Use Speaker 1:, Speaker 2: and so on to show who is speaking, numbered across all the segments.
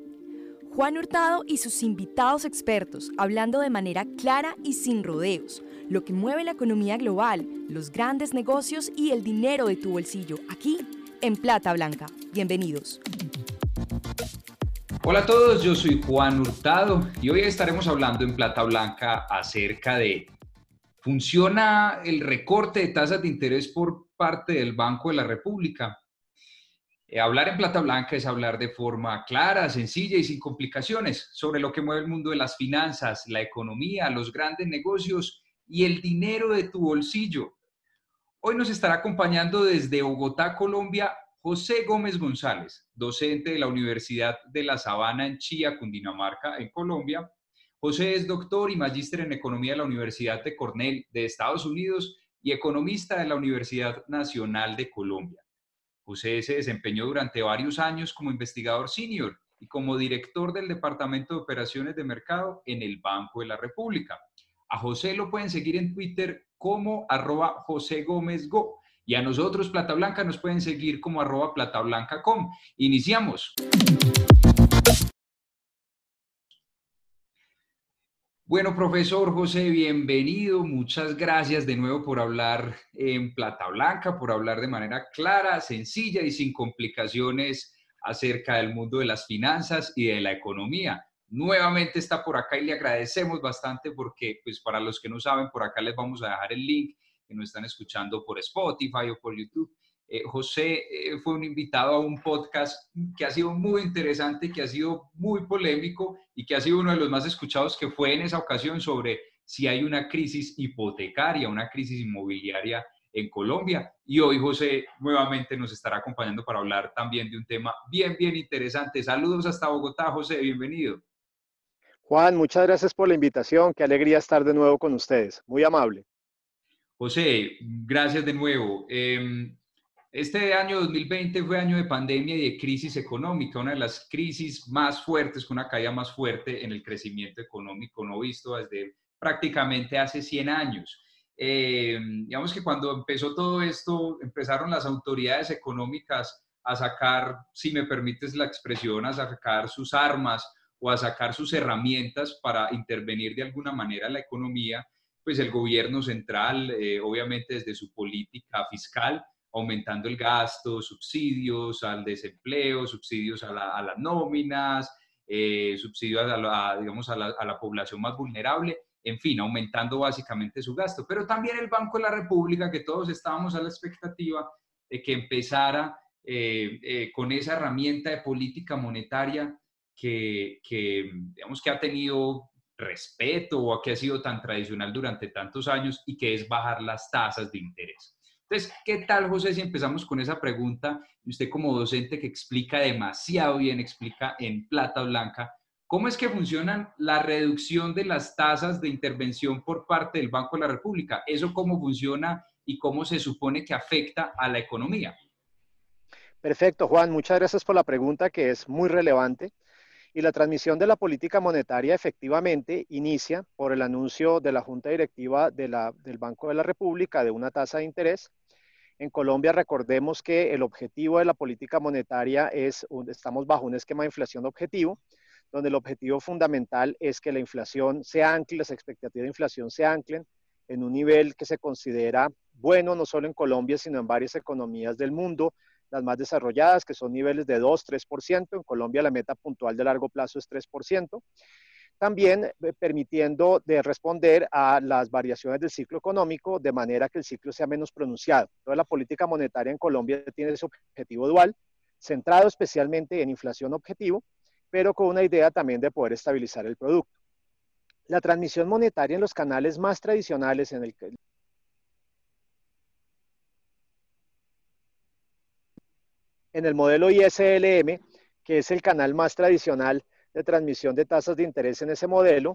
Speaker 1: Juan Hurtado y sus invitados expertos, hablando de manera clara y sin rodeos, lo que mueve la economía global, los grandes negocios y el dinero de tu bolsillo, aquí en Plata Blanca. Bienvenidos.
Speaker 2: Hola a todos, yo soy Juan Hurtado y hoy estaremos hablando en Plata Blanca acerca de ¿funciona el recorte de tasas de interés por parte del Banco de la República? Hablar en Plata Blanca es hablar de forma clara, sencilla y sin complicaciones sobre lo que mueve el mundo de las finanzas, la economía, los grandes negocios y el dinero de tu bolsillo. Hoy nos estará acompañando desde Bogotá, Colombia, José Gómez González, docente de la Universidad de La Sabana en Chía, Cundinamarca, en Colombia. José es doctor y magíster en economía de la Universidad de Cornell de Estados Unidos y economista de la Universidad Nacional de Colombia. José se desempeñó durante varios años como investigador senior y como director del Departamento de Operaciones de Mercado en el Banco de la República. A José lo pueden seguir en Twitter como @José_Gómez_Go y a nosotros, Plata Blanca, nos pueden seguir como @platablanca.com. Iniciamos. Bueno, profesor José, bienvenido. Muchas gracias de nuevo por hablar en Plata Blanca, por hablar de manera clara, sencilla y sin complicaciones acerca del mundo de las finanzas y de la economía. Nuevamente está por acá y le agradecemos bastante porque, pues para los que no saben, por acá les vamos a dejar el link que nos están escuchando por Spotify o por YouTube. José fue un invitado a un podcast que ha sido muy interesante, que ha sido muy polémico y que ha sido uno de los más escuchados, que fue en esa ocasión sobre si hay una crisis hipotecaria, una crisis inmobiliaria en Colombia. Y hoy José nuevamente nos estará acompañando para hablar también de un tema bien, bien interesante. Saludos hasta Bogotá, José, bienvenido.
Speaker 3: Juan, muchas gracias por la invitación. Qué alegría estar de nuevo con ustedes. Muy amable.
Speaker 2: José, gracias de nuevo. Este año 2020 fue año de pandemia y de crisis económica, una de las crisis más fuertes, con una caída más fuerte en el crecimiento económico no visto desde prácticamente hace 100 años. Digamos que cuando empezó todo esto, empezaron las autoridades económicas a sacar, si me permites la expresión, a sacar sus armas o a sacar sus herramientas para intervenir de alguna manera en la economía. Pues el gobierno central, obviamente desde su política fiscal, aumentando el gasto, subsidios al desempleo, subsidios a las nóminas, subsidios digamos, a la población más vulnerable, en fin, aumentando básicamente su gasto. Pero también el Banco de la República, que todos estábamos a la expectativa de que empezara con esa herramienta de política monetaria digamos, que ha tenido respeto o que ha sido tan tradicional durante tantos años y que es bajar las tasas de interés. Entonces, ¿qué tal, José, si empezamos con esa pregunta? Usted como docente que explica demasiado bien, explica en Plata Blanca, ¿cómo es que funcionan la reducción de las tasas de intervención por parte del Banco de la República? ¿Eso cómo funciona y cómo se supone que afecta a la economía?
Speaker 3: Perfecto, Juan. Muchas gracias por la pregunta que es muy relevante. Y la transmisión de la política monetaria efectivamente inicia por el anuncio de la Junta Directiva del Banco de la República de una tasa de interés. En Colombia recordemos que el objetivo de la política monetaria estamos bajo un esquema de inflación objetivo, donde el objetivo fundamental es que la inflación se ancle, las expectativas de inflación se anclen en un nivel que se considera bueno, no solo en Colombia, sino en varias economías del mundo, las más desarrolladas, que son niveles de 2-3%. En Colombia la meta puntual de largo plazo es 3%. También permitiendo de responder a las variaciones del ciclo económico de manera que el ciclo sea menos pronunciado. Toda la política monetaria en Colombia tiene ese objetivo dual, centrado especialmente en inflación objetivo, pero con una idea también de poder estabilizar el producto. La transmisión monetaria en los canales más tradicionales en el modelo ISLM, que es el canal más tradicional de transmisión de tasas de interés en ese modelo,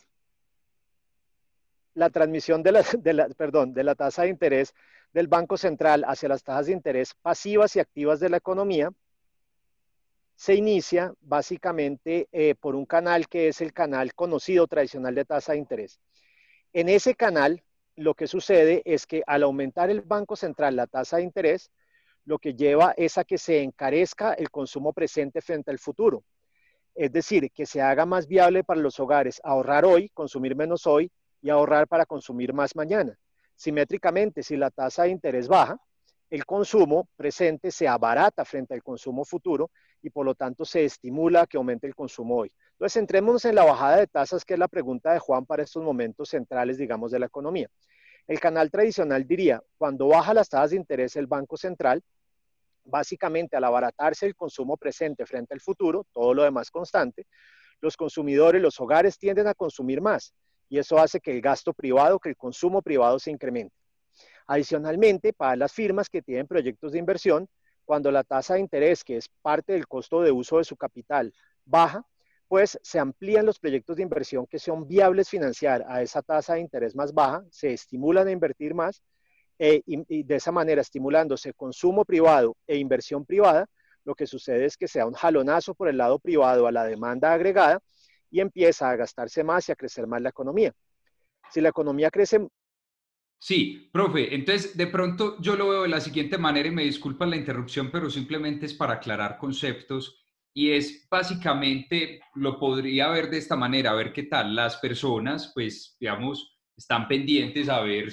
Speaker 3: la transmisión de la tasa de interés del Banco Central hacia las tasas de interés pasivas y activas de la economía se inicia básicamente por un canal que es el canal conocido tradicional de tasa de interés. En ese canal, lo que sucede es que al aumentar el Banco Central la tasa de interés, lo que lleva es a que se encarezca el consumo presente frente al futuro. Es decir, que se haga más viable para los hogares ahorrar hoy, consumir menos hoy y ahorrar para consumir más mañana. Simétricamente, si la tasa de interés baja, el consumo presente se abarata frente al consumo futuro y por lo tanto se estimula que aumente el consumo hoy. Entonces, entrémonos en la bajada de tasas, que es la pregunta de Juan para estos momentos centrales, digamos, de la economía. El canal tradicional diría, cuando baja las tasas de interés el Banco Central, básicamente al abaratarse el consumo presente frente al futuro, todo lo demás constante, los consumidores, los hogares tienden a consumir más y eso hace que el gasto privado, que el consumo privado se incremente. Adicionalmente, para las firmas que tienen proyectos de inversión, cuando la tasa de interés, que es parte del costo de uso de su capital, baja, pues se amplían los proyectos de inversión que son viables financiar a esa tasa de interés más baja, se estimulan a invertir más y de esa manera estimulándose consumo privado e inversión privada, lo que sucede es que se da un jalonazo por el lado privado a la demanda agregada y empieza a gastarse más y a crecer más la economía. Si la economía crece.
Speaker 2: Sí, profe, entonces de pronto yo lo veo de la siguiente manera y me disculpan la interrupción, pero simplemente es para aclarar conceptos y es básicamente, lo podría ver de esta manera, a ver qué tal las personas, pues digamos, están pendientes a ver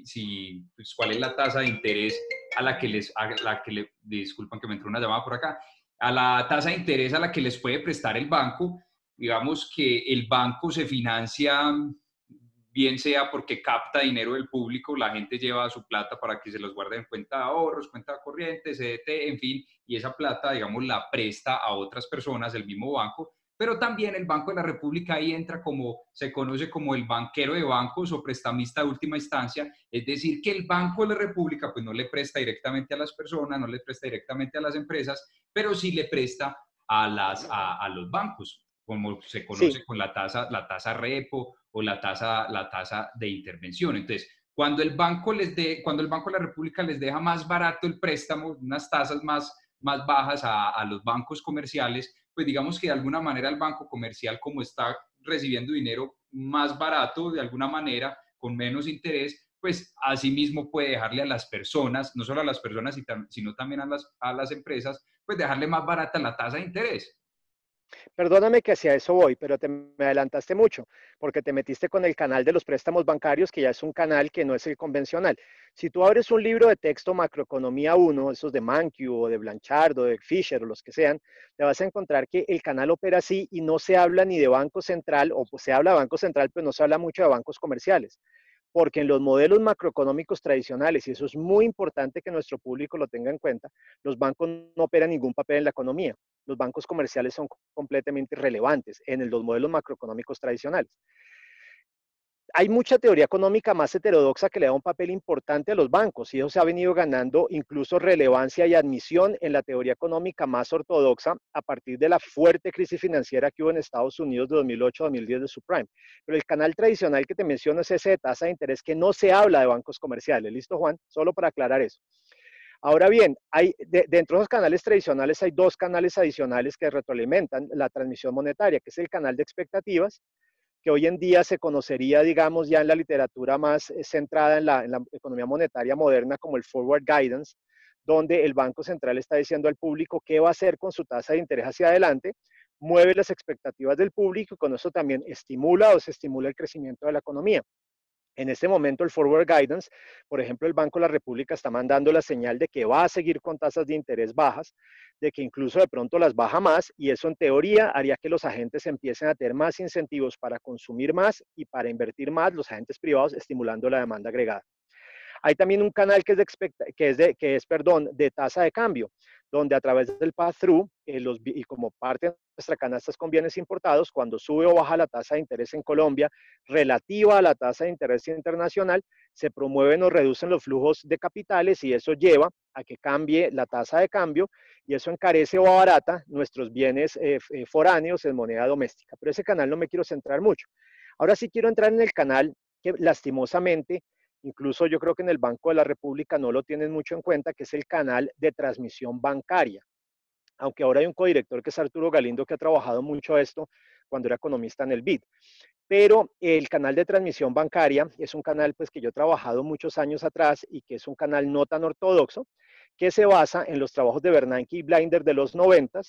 Speaker 2: pues, cuál es la tasa de interés a la que disculpan que me entró una llamada por acá, a la tasa de interés a la que les puede prestar el banco, digamos que el banco se financia bien sea porque capta dinero del público, la gente lleva su plata para que se los guarde en cuenta de ahorros, cuenta corriente, CDT, en fin, y esa plata, digamos, la presta a otras personas del mismo banco, pero también el Banco de la República ahí entra como, se conoce como el banquero de bancos o prestamista de última instancia, es decir, que el Banco de la República pues no le presta directamente a las personas, no le presta directamente a las empresas, pero sí le presta a los bancos, como se
Speaker 3: Sí,
Speaker 2: conoce con la tasa repo o la tasa de intervención. Entonces, cuando el Banco cuando el Banco de la República les deja más barato el préstamo, unas tasas más bajas a los bancos comerciales, pues digamos que de alguna manera el banco comercial, como está recibiendo dinero más barato, de alguna manera, con menos interés, pues asimismo puede dejarle a las personas, no solo a las personas, sino también a las empresas, pues dejarle más barata la tasa de interés.
Speaker 3: perdóname que hacia eso voy, pero me adelantaste mucho, porque te metiste con el canal de los préstamos bancarios, que ya es un canal que no es el convencional. Si tú abres un libro de texto Macroeconomía 1, esos de Mankiw o de Blanchard o de Fisher o los que sean, te vas a encontrar que el canal opera así y no se habla ni de Banco Central, o pues se habla de Banco Central, pero no se habla mucho de bancos comerciales. Porque en los modelos macroeconómicos tradicionales, y eso es muy importante que nuestro público lo tenga en cuenta, los bancos no operan ningún papel en la economía. Los bancos comerciales son completamente irrelevantes en los modelos macroeconómicos tradicionales. Hay mucha teoría económica más heterodoxa que le da un papel importante a los bancos y eso se ha venido ganando incluso relevancia y admisión en la teoría económica más ortodoxa a partir de la fuerte crisis financiera que hubo en Estados Unidos de 2008-2010 de subprime. Pero el canal tradicional que te menciono es ese de tasa de interés que no se habla de bancos comerciales. ¿Listo, Juan? Solo para aclarar eso. Ahora bien, dentro de los canales tradicionales hay dos canales adicionales que retroalimentan la transmisión monetaria, que es el canal de expectativas, que hoy en día se conocería, digamos, ya en la literatura más centrada en la economía monetaria moderna como el forward guidance, donde el Banco Central está diciendo al público qué va a hacer con su tasa de interés hacia adelante, mueve las expectativas del público y con eso también estimula o se estimula el crecimiento de la economía. En este momento, el Forward Guidance, por ejemplo, el Banco de la República está mandando la señal de que va a seguir con tasas de interés bajas, de que incluso de pronto las baja más, y eso en teoría haría que los agentes empiecen a tener más incentivos para consumir más y para invertir más, los agentes privados, estimulando la demanda agregada. Hay también un canal que es tasa de cambio, donde a través del pass-through y como parte de nuestra canasta con bienes importados, cuando sube o baja la tasa de interés en Colombia relativa a la tasa de interés internacional, se promueven o reducen los flujos de capitales y eso lleva a que cambie la tasa de cambio y eso encarece o abarata nuestros bienes foráneos en moneda doméstica. Pero ese canal no me quiero centrar mucho. Ahora sí quiero entrar en el canal que lastimosamente incluso yo creo que en el Banco de la República no lo tienen mucho en cuenta, que es el canal de transmisión bancaria. Aunque ahora hay un codirector que es Arturo Galindo que ha trabajado mucho esto cuando era economista en el BID. Pero el canal de transmisión bancaria es un canal pues, que yo he trabajado muchos años atrás y que es un canal no tan ortodoxo, que se basa en los trabajos de Bernanke y Blinder de los 90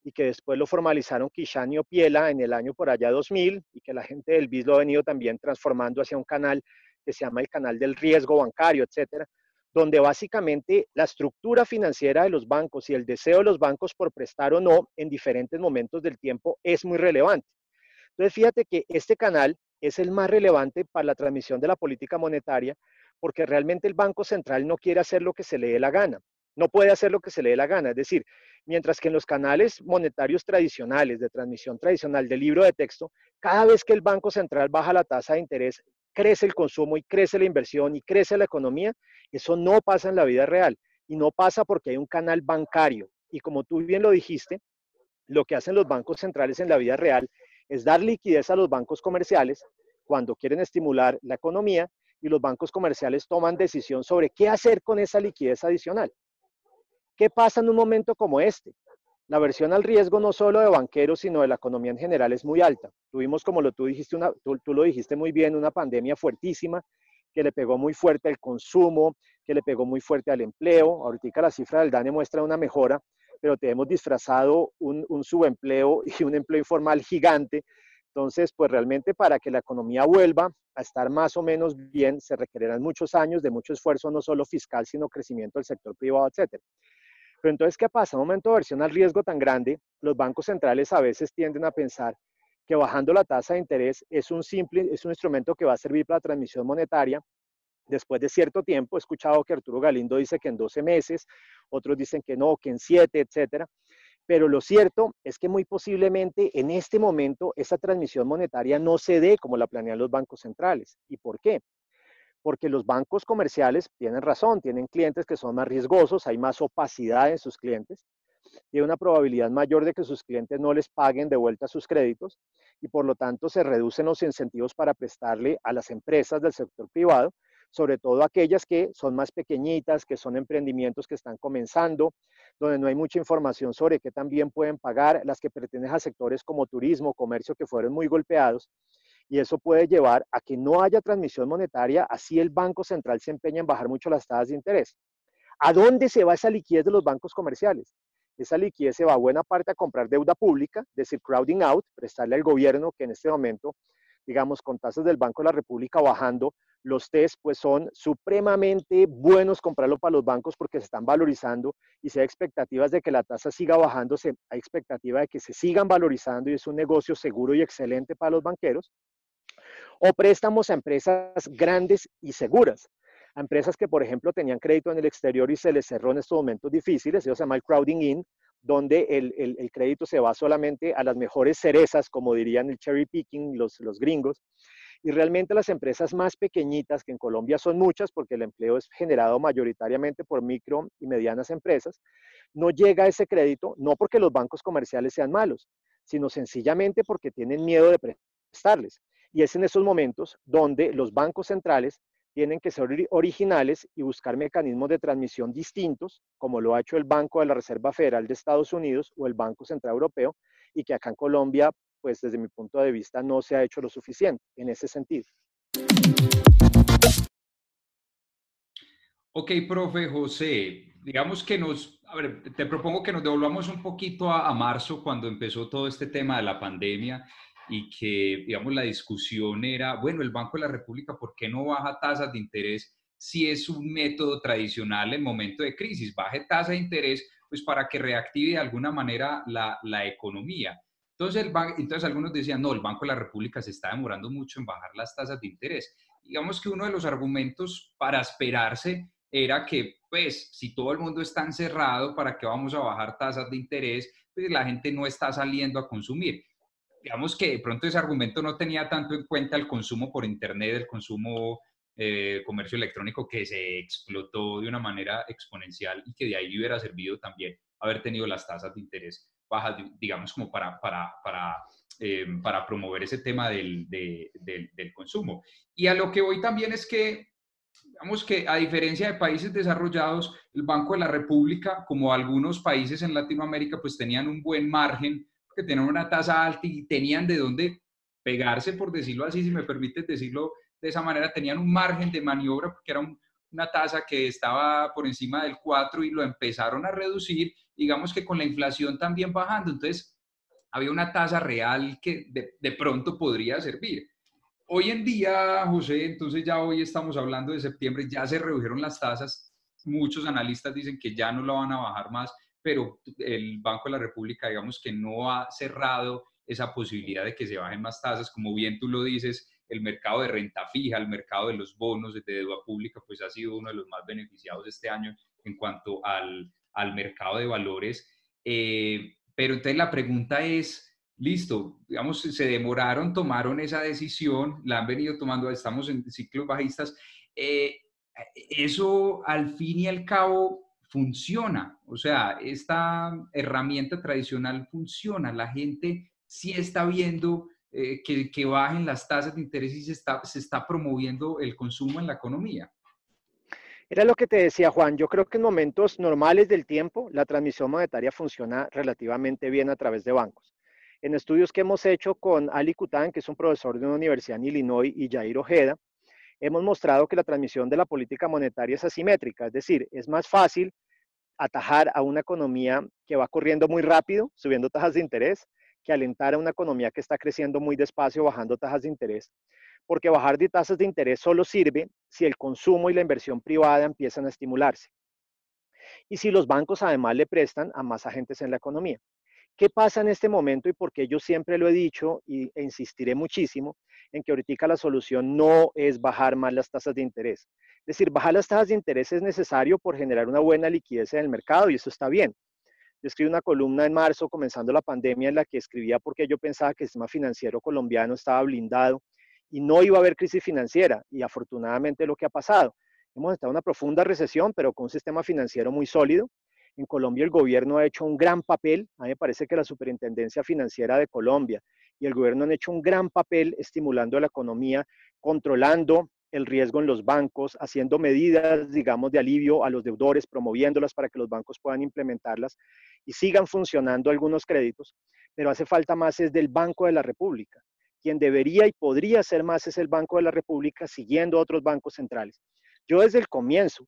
Speaker 3: y que después lo formalizaron Kishan y Opiela en el año por allá 2000, y que la gente del BIS lo ha venido también transformando hacia un canal que se llama el canal del riesgo bancario, etcétera, donde básicamente la estructura financiera de los bancos y el deseo de los bancos por prestar o no en diferentes momentos del tiempo es muy relevante. Entonces, fíjate que este canal es el más relevante para la transmisión de la política monetaria, porque realmente el Banco Central no quiere hacer lo que se le dé la gana, no puede hacer lo que se le dé la gana. Es decir, mientras que en los canales monetarios tradicionales, de transmisión tradicional del libro de texto, cada vez que el Banco Central baja la tasa de interés, crece el consumo y crece la inversión y crece la economía. Eso no pasa en la vida real, y no pasa porque hay un canal bancario. Y como tú bien lo dijiste, lo que hacen los bancos centrales en la vida real es dar liquidez a los bancos comerciales cuando quieren estimular la economía, y los bancos comerciales toman decisión sobre qué hacer con esa liquidez adicional. ¿Qué pasa en un momento como este? La aversión al riesgo no solo de banqueros, sino de la economía en general es muy alta. Tuvimos, como tú dijiste, tú lo dijiste muy bien, una pandemia fuertísima que le pegó muy fuerte al consumo, que le pegó muy fuerte al empleo. Ahorita la cifra del DANE muestra una mejora, pero tenemos disfrazado un subempleo y un empleo informal gigante. Entonces, pues realmente para que la economía vuelva a estar más o menos bien, se requerirán muchos años de mucho esfuerzo, no solo fiscal, sino crecimiento del sector privado, etcétera. Pero entonces, ¿qué pasa? En un momento de aversión al riesgo tan grande, los bancos centrales a veces tienden a pensar que bajando la tasa de interés es un instrumento que va a servir para la transmisión monetaria después de cierto tiempo. He escuchado que Arturo Galindo dice que en 12 meses, otros dicen que no, que en 7, etcétera. Pero lo cierto es que muy posiblemente en este momento esa transmisión monetaria no se dé como la planean los bancos centrales. ¿Y por qué? Porque los bancos comerciales tienen razón, tienen clientes que son más riesgosos, hay más opacidad en sus clientes, tiene una probabilidad mayor de que sus clientes no les paguen de vuelta sus créditos, y por lo tanto se reducen los incentivos para prestarle a las empresas del sector privado, sobre todo aquellas que son más pequeñitas, que son emprendimientos que están comenzando, donde no hay mucha información sobre qué también pueden pagar, las que pertenecen a sectores como turismo, comercio, que fueron muy golpeados. Y eso puede llevar a que no haya transmisión monetaria, así el Banco Central se empeña en bajar mucho las tasas de interés. ¿A dónde se va esa liquidez de los bancos comerciales? Esa liquidez se va buena parte a comprar deuda pública, es decir, crowding out, prestarle al gobierno, que en este momento, digamos, con tasas del Banco de la República bajando, los TES pues son supremamente buenos comprarlo para los bancos porque se están valorizando, y si hay expectativas de que la tasa siga bajando, hay expectativa de que se sigan valorizando, y es un negocio seguro y excelente para los banqueros. O préstamos a empresas grandes y seguras, a empresas que, por ejemplo, tenían crédito en el exterior y se les cerró en estos momentos difíciles. Eso se llama el crowding in, donde el crédito se va solamente a las mejores cerezas, como dirían el cherry picking los gringos. Y realmente las empresas más pequeñitas, que en Colombia son muchas porque el empleo es generado mayoritariamente por micro y medianas empresas, no llega a ese crédito, no porque los bancos comerciales sean malos, sino sencillamente porque tienen miedo de prestarles. Y es en esos momentos donde los bancos centrales tienen que ser originales y buscar mecanismos de transmisión distintos, como lo ha hecho el Banco de la Reserva Federal de Estados Unidos o el Banco Central Europeo, y que acá en Colombia, pues desde mi punto de vista, no se ha hecho lo suficiente en ese sentido.
Speaker 2: Ok, profe José, digamos que a ver, te propongo que nos devolvamos un poquito a marzo, cuando empezó todo este tema de la pandemia, y que, digamos, la discusión era, bueno, el Banco de la República, ¿por qué no baja tasas de interés si es un método tradicional en momento de crisis? Baje tasa de interés, pues para que reactive de alguna manera la economía. Entonces algunos decían, no, el Banco de la República se está demorando mucho en bajar las tasas de interés. Digamos que uno de los argumentos para esperarse era que, pues, si todo el mundo está encerrado, ¿para qué vamos a bajar tasas de interés? Pues la gente no está saliendo a consumir. Digamos que de pronto ese argumento no tenía tanto en cuenta el consumo por Internet, el consumo comercio electrónico, que se explotó de una manera exponencial, y que de ahí hubiera servido también haber tenido las tasas de interés bajas, digamos, como para promover ese tema del consumo. Y a lo que voy también es que, digamos que a diferencia de países desarrollados, el Banco de la República, como algunos países en Latinoamérica, pues tenían un buen margen, porque tenían una tasa alta y tenían de dónde pegarse, por decirlo así, si me permites decirlo de esa manera, tenían un margen de maniobra porque era una tasa que estaba por encima del 4 y lo empezaron a reducir, digamos que con la inflación también bajando. Entonces, había una tasa real que de pronto podría servir. Hoy en día, José, entonces ya hoy estamos hablando de septiembre, ya se redujeron las tasas. Muchos analistas dicen que ya no la van a bajar más, pero el Banco de la República, digamos que no ha cerrado esa posibilidad de que se bajen más tasas. Como bien tú lo dices, el mercado de renta fija, el mercado de los bonos de deuda pública, pues ha sido uno de los más beneficiados este año en cuanto al mercado de valores. Pero entonces la pregunta es, listo, digamos, se demoraron, tomaron esa decisión, la han venido tomando, estamos en ciclos bajistas. Eso al fin y al cabo funciona, o sea, esta herramienta tradicional funciona, la gente sí está viendo que bajen las tasas de interés y se está promoviendo el consumo en la economía.
Speaker 3: Era lo que te decía Juan, yo creo que en momentos normales del tiempo la transmisión monetaria funciona relativamente bien a través de bancos. En estudios que hemos hecho con Ali Kutan, que es un profesor de una universidad en Illinois, y Jair Ojeda, hemos mostrado que la transmisión de la política monetaria es asimétrica, es decir, es más fácil atajar a una economía que va corriendo muy rápido, subiendo tasas de interés, que alentar a una economía que está creciendo muy despacio, bajando tasas de interés. Porque bajar de tasas de interés solo sirve si el consumo y la inversión privada empiezan a estimularse. Y si los bancos además le prestan a más agentes en la economía. ¿Qué pasa en este momento y por qué yo siempre lo he dicho e insistiré muchísimo en que ahorita la solución no es bajar más las tasas de interés? Es decir, bajar las tasas de interés es necesario por generar una buena liquidez en el mercado y eso está bien. Yo escribí una columna en marzo, comenzando la pandemia, en la que escribía porque yo pensaba que el sistema financiero colombiano estaba blindado y no iba a haber crisis financiera. Y afortunadamente lo que ha pasado. Hemos estado en una profunda recesión, pero con un sistema financiero muy sólido. En Colombia el gobierno ha hecho un gran papel. A mí me parece que la Superintendencia Financiera de Colombia y el gobierno han hecho un gran papel estimulando la economía, controlando el riesgo en los bancos, haciendo medidas, digamos, de alivio a los deudores, promoviéndolas para que los bancos puedan implementarlas y sigan funcionando algunos créditos, pero hace falta más es del Banco de la República. Quien debería y podría hacer más es el Banco de la República, siguiendo a otros bancos centrales. Yo desde el comienzo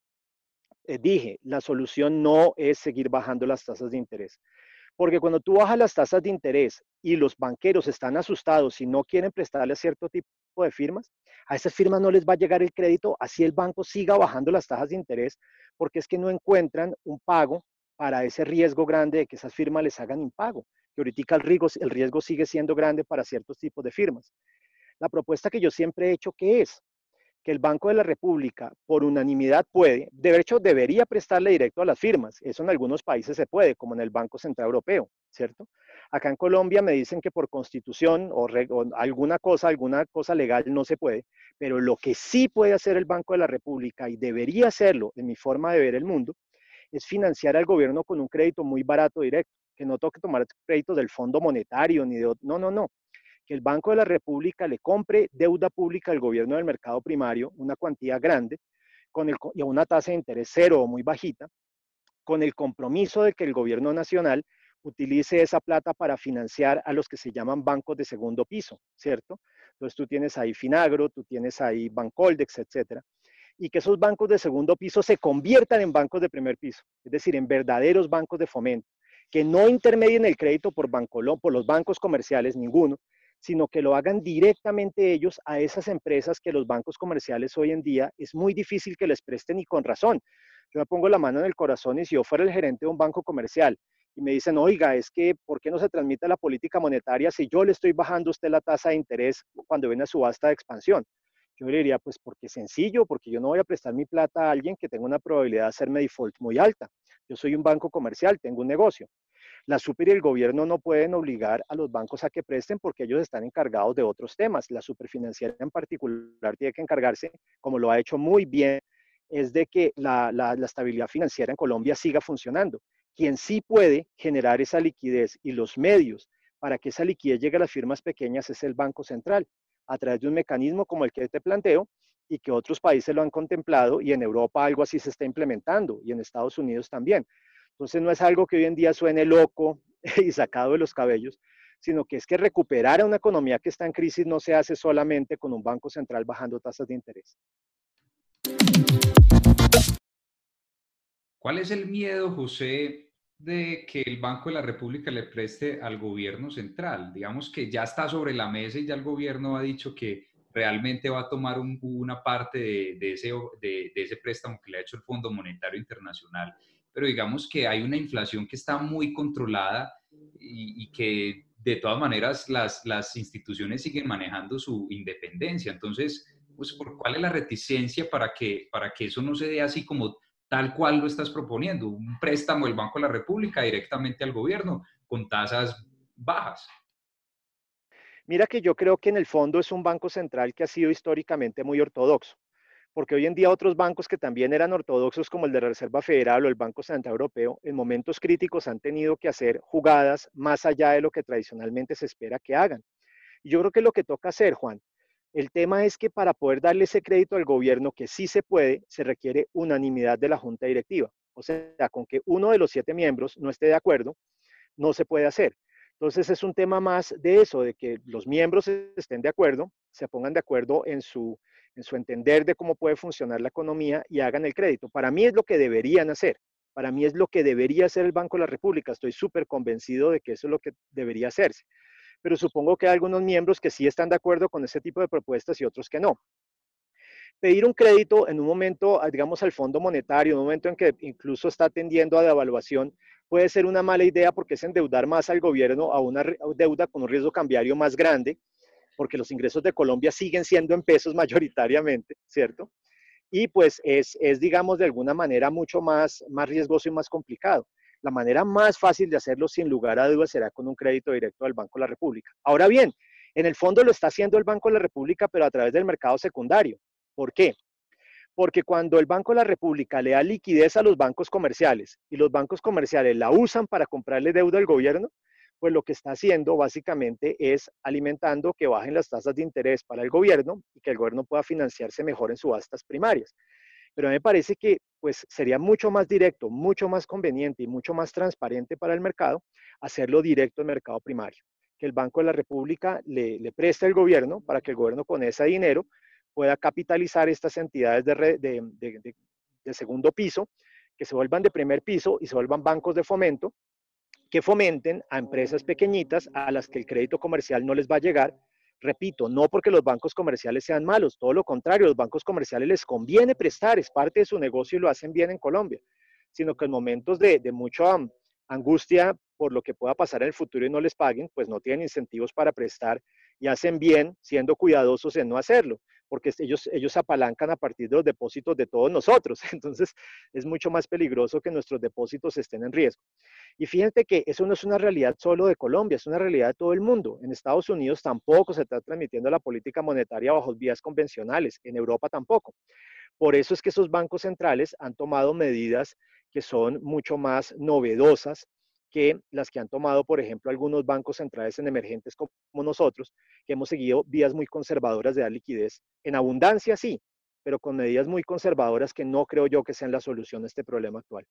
Speaker 3: dije, la solución no es seguir bajando las tasas de interés. Porque cuando tú bajas las tasas de interés y los banqueros están asustados y no quieren prestarle a cierto tipo de firmas, a esas firmas no les va a llegar el crédito, así el banco siga bajando las tasas de interés, porque es que no encuentran un pago para ese riesgo grande de que esas firmas les hagan impago, que ahorita el riesgo sigue siendo grande para ciertos tipos de firmas. La propuesta que yo siempre he hecho, ¿qué es? Que el Banco de la República, por unanimidad, puede, de hecho, debería prestarle directo a las firmas. Eso en algunos países se puede, como en el Banco Central Europeo, ¿cierto? Acá en Colombia me dicen que por constitución o alguna cosa legal no se puede, pero lo que sí puede hacer el Banco de la República, y debería hacerlo en mi forma de ver el mundo, es financiar al gobierno con un crédito muy barato directo, que no toque tomar créditos del Fondo Monetario, ni de... No, que el Banco de la República le compre deuda pública al gobierno del mercado primario, una cuantía grande, y a una tasa de interés cero o muy bajita, con el compromiso de que el gobierno nacional utilice esa plata para financiar a los que se llaman bancos de segundo piso, ¿cierto? Entonces tú tienes ahí Finagro, tú tienes ahí Bancoldex, etcétera, y que esos bancos de segundo piso se conviertan en bancos de primer piso, es decir, en verdaderos bancos de fomento, que no intermedien el crédito por los bancos comerciales, ninguno, sino que lo hagan directamente ellos a esas empresas que los bancos comerciales hoy en día es muy difícil que les presten y con razón. Yo me pongo la mano en el corazón y si yo fuera el gerente de un banco comercial y me dicen, oiga, es que ¿por qué no se transmite la política monetaria si yo le estoy bajando a usted la tasa de interés cuando viene a subasta de expansión? Yo le diría, pues porque es sencillo, porque yo no voy a prestar mi plata a alguien que tenga una probabilidad de hacerme default muy alta. Yo soy un banco comercial, tengo un negocio. La super y el gobierno no pueden obligar a los bancos a que presten porque ellos están encargados de otros temas. La superfinanciera en particular tiene que encargarse, como lo ha hecho muy bien, es de que la estabilidad financiera en Colombia siga funcionando. Quien sí puede generar esa liquidez y los medios para que esa liquidez llegue a las firmas pequeñas es el Banco Central, a través de un mecanismo como el que te planteo y que otros países lo han contemplado y en Europa algo así se está implementando y en Estados Unidos también. Entonces no es algo que hoy en día suene loco y sacado de los cabellos, sino que es que recuperar a una economía que está en crisis no se hace solamente con un banco central bajando tasas de interés.
Speaker 2: ¿Cuál es el miedo, José, de que el Banco de la República le preste al gobierno central? Digamos que ya está sobre la mesa y ya el gobierno ha dicho que realmente va a tomar una parte de ese préstamo que le ha hecho el Fondo Monetario Internacional. Pero digamos que hay una inflación que está muy controlada y que de todas maneras las instituciones siguen manejando su independencia. Entonces, pues, ¿cuál es la reticencia para que eso no se dé así como tal cual lo estás proponiendo? Un préstamo del Banco de la República directamente al gobierno con tasas bajas.
Speaker 3: Mira que yo creo que en el fondo es un banco central que ha sido históricamente muy ortodoxo, porque hoy en día otros bancos que también eran ortodoxos, como el de la Reserva Federal o el Banco Central Europeo, en momentos críticos han tenido que hacer jugadas más allá de lo que tradicionalmente se espera que hagan. Y yo creo que lo que toca hacer, Juan, el tema es que para poder darle ese crédito al gobierno, que sí se puede, se requiere unanimidad de la Junta Directiva. O sea, con que uno de los 7 miembros no esté de acuerdo, no se puede hacer. Entonces es un tema más de eso, de que los miembros estén de acuerdo, se pongan de acuerdo en su entender de cómo puede funcionar la economía y hagan el crédito. Para mí es lo que deberían hacer. Para mí es lo que debería hacer el Banco de la República. Estoy súper convencido de que eso es lo que debería hacerse. Pero supongo que hay algunos miembros que sí están de acuerdo con ese tipo de propuestas y otros que no. Pedir un crédito en un momento, digamos, al Fondo Monetario, en un momento en que incluso está tendiendo a devaluación, puede ser una mala idea porque es endeudar más al gobierno a una deuda con un riesgo cambiario más grande, porque los ingresos de Colombia siguen siendo en pesos mayoritariamente, ¿cierto? Y pues digamos, de alguna manera mucho más riesgoso y más complicado. La manera más fácil de hacerlo, sin lugar a dudas, será con un crédito directo del Banco de la República. Ahora bien, en el fondo lo está haciendo el Banco de la República, pero a través del mercado secundario. ¿Por qué? Porque cuando el Banco de la República le da liquidez a los bancos comerciales y los bancos comerciales la usan para comprarle deuda al gobierno, pues lo que está haciendo básicamente es alimentando que bajen las tasas de interés para el gobierno y que el gobierno pueda financiarse mejor en subastas primarias. Pero a mí me parece que pues sería mucho más directo, mucho más conveniente y mucho más transparente para el mercado hacerlo directo al mercado primario. Que el Banco de la República le preste al gobierno para que el gobierno con ese dinero pueda capitalizar estas entidades de segundo piso, que se vuelvan de primer piso y se vuelvan bancos de fomento, que fomenten a empresas pequeñitas a las que el crédito comercial no les va a llegar. Repito, no porque los bancos comerciales sean malos, todo lo contrario, los bancos comerciales les conviene prestar, es parte de su negocio y lo hacen bien en Colombia, sino que en momentos de mucha angustia por lo que pueda pasar en el futuro y no les paguen, pues no tienen incentivos para prestar y hacen bien siendo cuidadosos en no hacerlo, porque ellos se apalancan a partir de los depósitos de todos nosotros. Entonces es mucho más peligroso que nuestros depósitos estén en riesgo. Y fíjate que eso no es una realidad solo de Colombia, es una realidad de todo el mundo. En Estados Unidos tampoco se está transmitiendo la política monetaria bajo vías convencionales, en Europa tampoco. Por eso es que esos bancos centrales han tomado medidas que son mucho más novedosas que las que han tomado, por ejemplo, algunos bancos centrales en emergentes como nosotros, que hemos seguido vías muy conservadoras de dar liquidez. En abundancia, sí, pero con medidas muy conservadoras que no creo yo que sean la solución a este problema actual.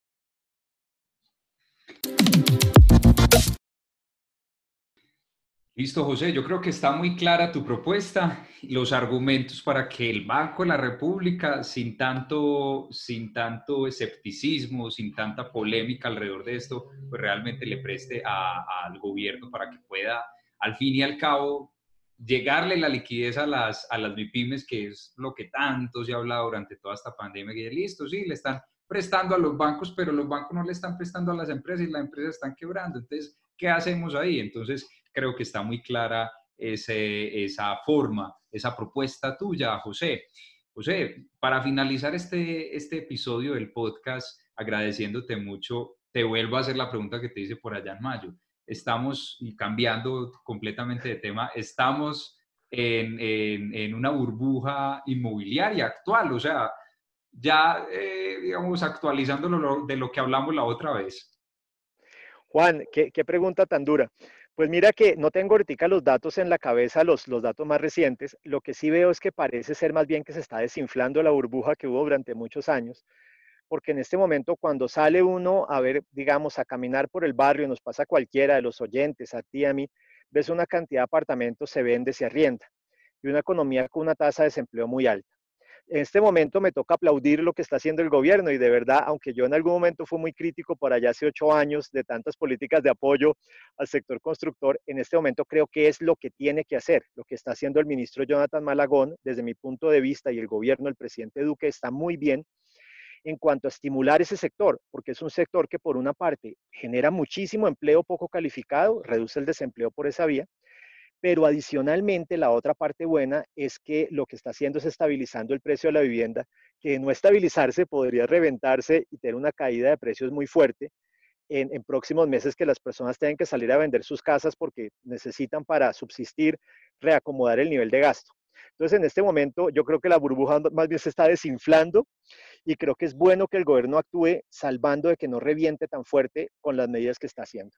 Speaker 2: Listo, José. Yo creo que está muy clara tu propuesta, los argumentos para que el Banco de la República, sin tanto escepticismo, sin tanta polémica alrededor de esto, pues realmente le preste al gobierno para que pueda, al fin y al cabo, llegarle la liquidez a las MIPYMES, que es lo que tanto se ha hablado durante toda esta pandemia, que listo, sí, le están prestando a los bancos, pero los bancos no le están prestando a las empresas y las empresas están quebrando. Entonces, ¿qué hacemos ahí? Entonces, creo que está muy clara esa forma, esa propuesta tuya, José. José, para finalizar este episodio del podcast, agradeciéndote mucho, te vuelvo a hacer la pregunta que te hice por allá en mayo. Estamos, y cambiando completamente de tema, estamos en una burbuja inmobiliaria actual, o sea, ya, digamos, actualizándolo de lo que hablamos la otra vez.
Speaker 3: Juan, qué pregunta tan dura. Pues mira que no tengo ahorita los datos en la cabeza, los datos más recientes. Lo que sí veo es que parece ser más bien que se está desinflando la burbuja que hubo durante muchos años, porque en este momento cuando sale uno a ver, digamos, a caminar por el barrio, nos pasa a cualquiera de los oyentes, a ti, a mí, ves una cantidad de apartamentos, se vende, se arrienda, y una economía con una tasa de desempleo muy alta. en este momento me toca aplaudir lo que está haciendo el gobierno y de verdad, aunque yo en algún momento fui muy crítico por allá hace 8 años de tantas políticas de apoyo al sector constructor, en este momento creo que es lo que tiene que hacer. Lo que está haciendo el ministro Jonathan Malagón, desde mi punto de vista, y el gobierno, el presidente Duque, está muy bien en cuanto a estimular ese sector, porque es un sector que por una parte genera muchísimo empleo poco calificado, reduce el desempleo por esa vía, pero adicionalmente la otra parte buena es que lo que está haciendo es estabilizando el precio de la vivienda, que de no estabilizarse podría reventarse y tener una caída de precios muy fuerte en próximos meses, que las personas tengan que salir a vender sus casas porque necesitan para subsistir reacomodar el nivel de gasto. Entonces, en este momento, yo creo que la burbuja más bien se está desinflando y creo que es bueno que el gobierno actúe salvando de que no reviente tan fuerte con las medidas que está haciendo.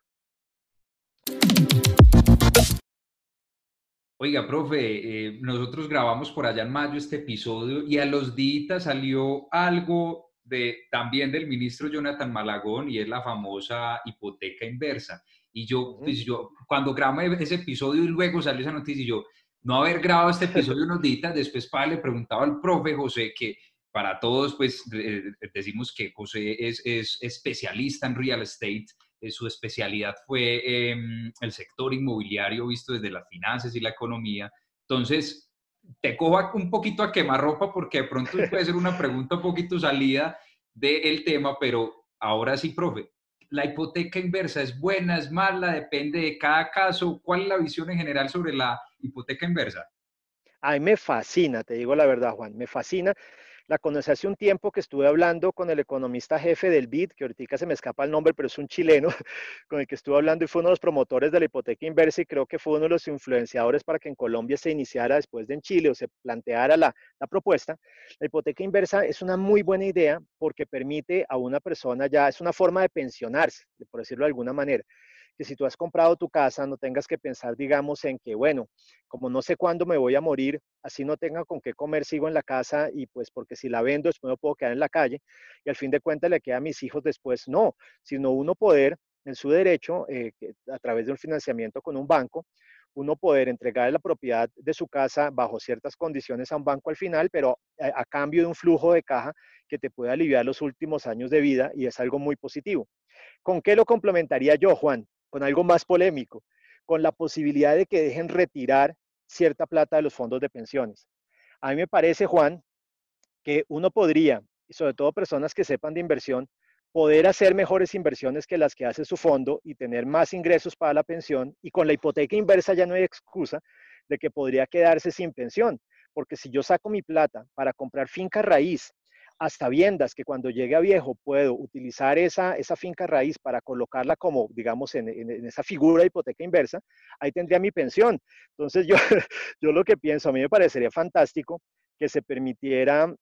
Speaker 2: Oiga, profe, nosotros grabamos por allá en mayo este episodio y a los días salió algo también del ministro Jonathan Malagón y es la famosa hipoteca inversa. Y pues yo, cuando grabé ese episodio y luego salió esa noticia, y yo, no haber grabado este episodio unos días después, le preguntaba al profe José, que para todos, pues decimos que José es especialista en real estate. Su especialidad fue el sector inmobiliario visto desde las finanzas y la economía. Entonces, te cojo un poquito a quemarropa porque de pronto puede ser una pregunta un poquito salida del tema, pero ahora sí, profe, ¿la hipoteca inversa es buena, es mala? ¿Depende de cada caso? ¿Cuál es la visión en general sobre la hipoteca inversa?
Speaker 3: A mí me fascina, te digo la verdad, Juan, me fascina. La conocí hace un tiempo que estuve hablando con el economista jefe del BID, que ahorita se me escapa el nombre, pero es un chileno, con el que estuve hablando y fue uno de los promotores de la hipoteca inversa y creo que fue uno de los influenciadores para que en Colombia se iniciara después de en Chile o se planteara la propuesta. La hipoteca inversa es una muy buena idea porque permite a una persona ya, es una forma de pensionarse, por decirlo de alguna manera, que si tú has comprado tu casa no tengas que pensar, digamos, en que, bueno, como no sé cuándo me voy a morir, así no tenga con qué comer, sigo en la casa y pues porque si la vendo después no puedo quedar en la calle y al fin de cuentas le queda a mis hijos después, no, sino uno poder en su derecho, a través de un financiamiento con un banco, uno poder entregar la propiedad de su casa bajo ciertas condiciones a un banco al final, pero a cambio de un flujo de caja que te puede aliviar los últimos años de vida y es algo muy positivo. ¿Con qué lo complementaría yo, Juan? Con algo más polémico, con la posibilidad de que dejen retirar cierta plata de los fondos de pensiones. A mí me parece, Juan, que uno podría, y sobre todo personas que sepan de inversión, poder hacer mejores inversiones que las que hace su fondo y tener más ingresos para la pensión. Y con la hipoteca inversa ya no hay excusa de que podría quedarse sin pensión, porque si yo saco mi plata para comprar finca raíz, hasta viendas que cuando llegue a viejo puedo utilizar esa finca raíz para colocarla como, digamos, en esa figura de hipoteca inversa, ahí tendría mi pensión. Entonces yo lo que pienso, a mí me parecería fantástico que se permitiera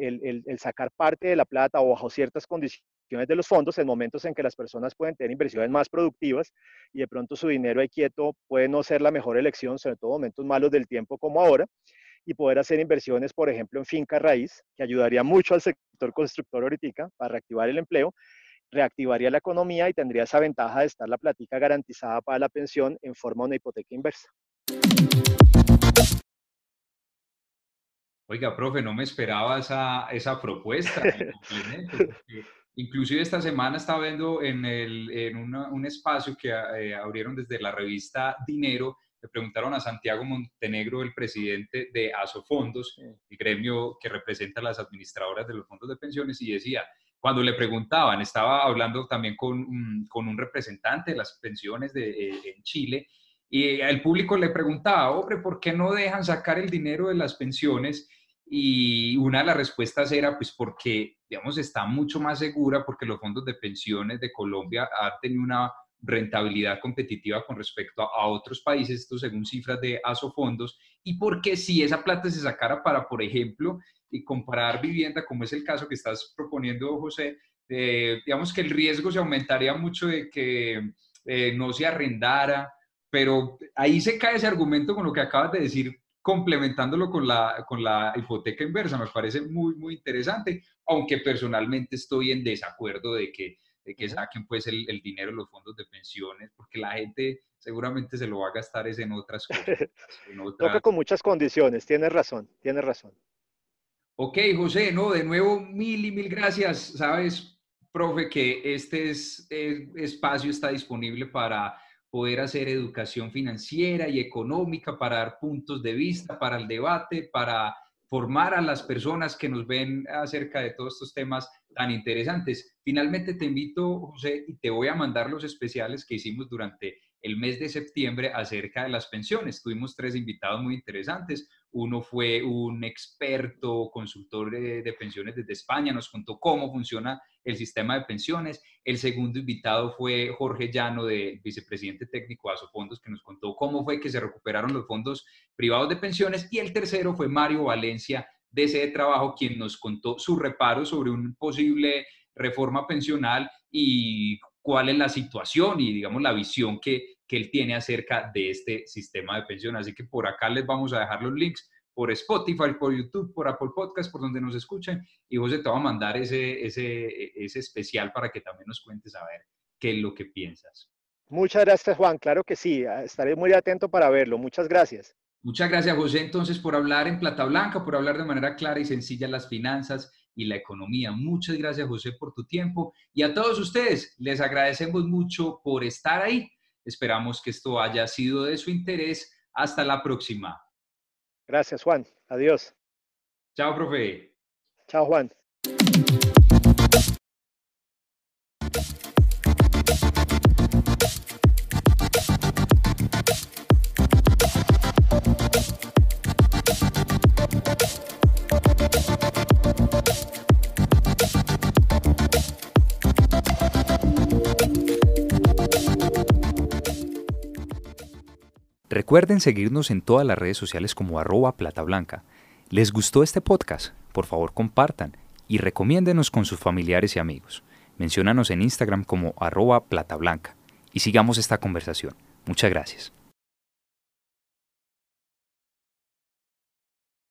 Speaker 3: el sacar parte de la plata o bajo ciertas condiciones de los fondos en momentos en que las personas pueden tener inversiones más productivas y de pronto su dinero ahí quieto puede no ser la mejor elección, sobre todo en momentos malos del tiempo como ahora, y poder hacer inversiones, por ejemplo, en finca raíz, que ayudaría mucho al sector constructor ahorita para reactivar el empleo, reactivaría la economía y tendría esa ventaja de estar la platica garantizada para la pensión en forma de una hipoteca inversa.
Speaker 2: Oiga, profe, no me esperaba esa propuesta, el complemento, porque inclusive esta semana estaba viendo un espacio que abrieron desde la revista Dinero, le preguntaron a Santiago Montenegro, el presidente de Asofondos, el gremio que representa a las administradoras de los fondos de pensiones, y decía, cuando le preguntaban, estaba hablando también con un representante de las pensiones en Chile, y el público le preguntaba, hombre, ¿por qué no dejan sacar el dinero de las pensiones? Y una de las respuestas era, pues porque, digamos, está mucho más segura porque los fondos de pensiones de Colombia han tenido una rentabilidad competitiva con respecto a otros países, esto según cifras de Asofondos, y porque si esa plata se sacara para, por ejemplo, y comprar vivienda, como es el caso que estás proponiendo, José, digamos que el riesgo se aumentaría mucho de que no se arrendara, pero ahí se cae ese argumento con lo que acabas de decir, complementándolo con la hipoteca inversa. Me parece muy, muy interesante, aunque personalmente estoy en desacuerdo de que saquen pues el dinero de los fondos de pensiones, porque la gente seguramente se lo va a gastar es en otras cosas, en
Speaker 3: Toca
Speaker 2: otras.
Speaker 3: con muchas condiciones, tienes razón, tienes razón.
Speaker 2: Ok, José, no, de nuevo, mil y mil gracias. Sabes, profe, que espacio está disponible para poder hacer educación financiera y económica, para dar puntos de vista, para el debate, para formar a las personas que nos ven acerca de todos estos temas tan interesantes. Finalmente te invito, José, y te voy a mandar los especiales que hicimos durante el mes de septiembre acerca de las pensiones. Tuvimos 3 invitados muy interesantes. Uno fue un experto consultor de pensiones desde España, nos contó cómo funciona el sistema de pensiones. El segundo invitado fue Jorge Llano, de vicepresidente técnico de Asofondos, que nos contó cómo fue que se recuperaron los fondos privados de pensiones. Y el tercero fue Mario Valencia, de ese trabajo, quien nos contó su reparo sobre una posible reforma pensional y cuál es la situación y, digamos, la visión que él tiene acerca de este sistema de pensión. Así que por acá les vamos a dejar los links por Spotify, por YouTube, por Apple Podcast, por donde nos escuchen. Y José, te va a mandar ese especial para que también nos cuentes a ver qué es lo que piensas.
Speaker 3: Muchas gracias, Juan. Claro que sí, estaré muy atento para verlo. Muchas gracias.
Speaker 2: Muchas gracias, José, entonces, por hablar en Plata Blanca, por hablar de manera clara y sencilla las finanzas y la economía. Muchas gracias, José, por tu tiempo. Y a todos ustedes, les agradecemos mucho por estar ahí. Esperamos que esto haya sido de su interés. Hasta la próxima.
Speaker 3: Gracias, Juan. Adiós.
Speaker 2: Chao, profe.
Speaker 3: Chao, Juan.
Speaker 4: Recuerden seguirnos en todas las redes sociales como @platablanca. ¿Les gustó este podcast? Por favor, compartan y recomiéndenos con sus familiares y amigos. Menciónanos en Instagram como @platablanca y sigamos esta conversación. Muchas gracias.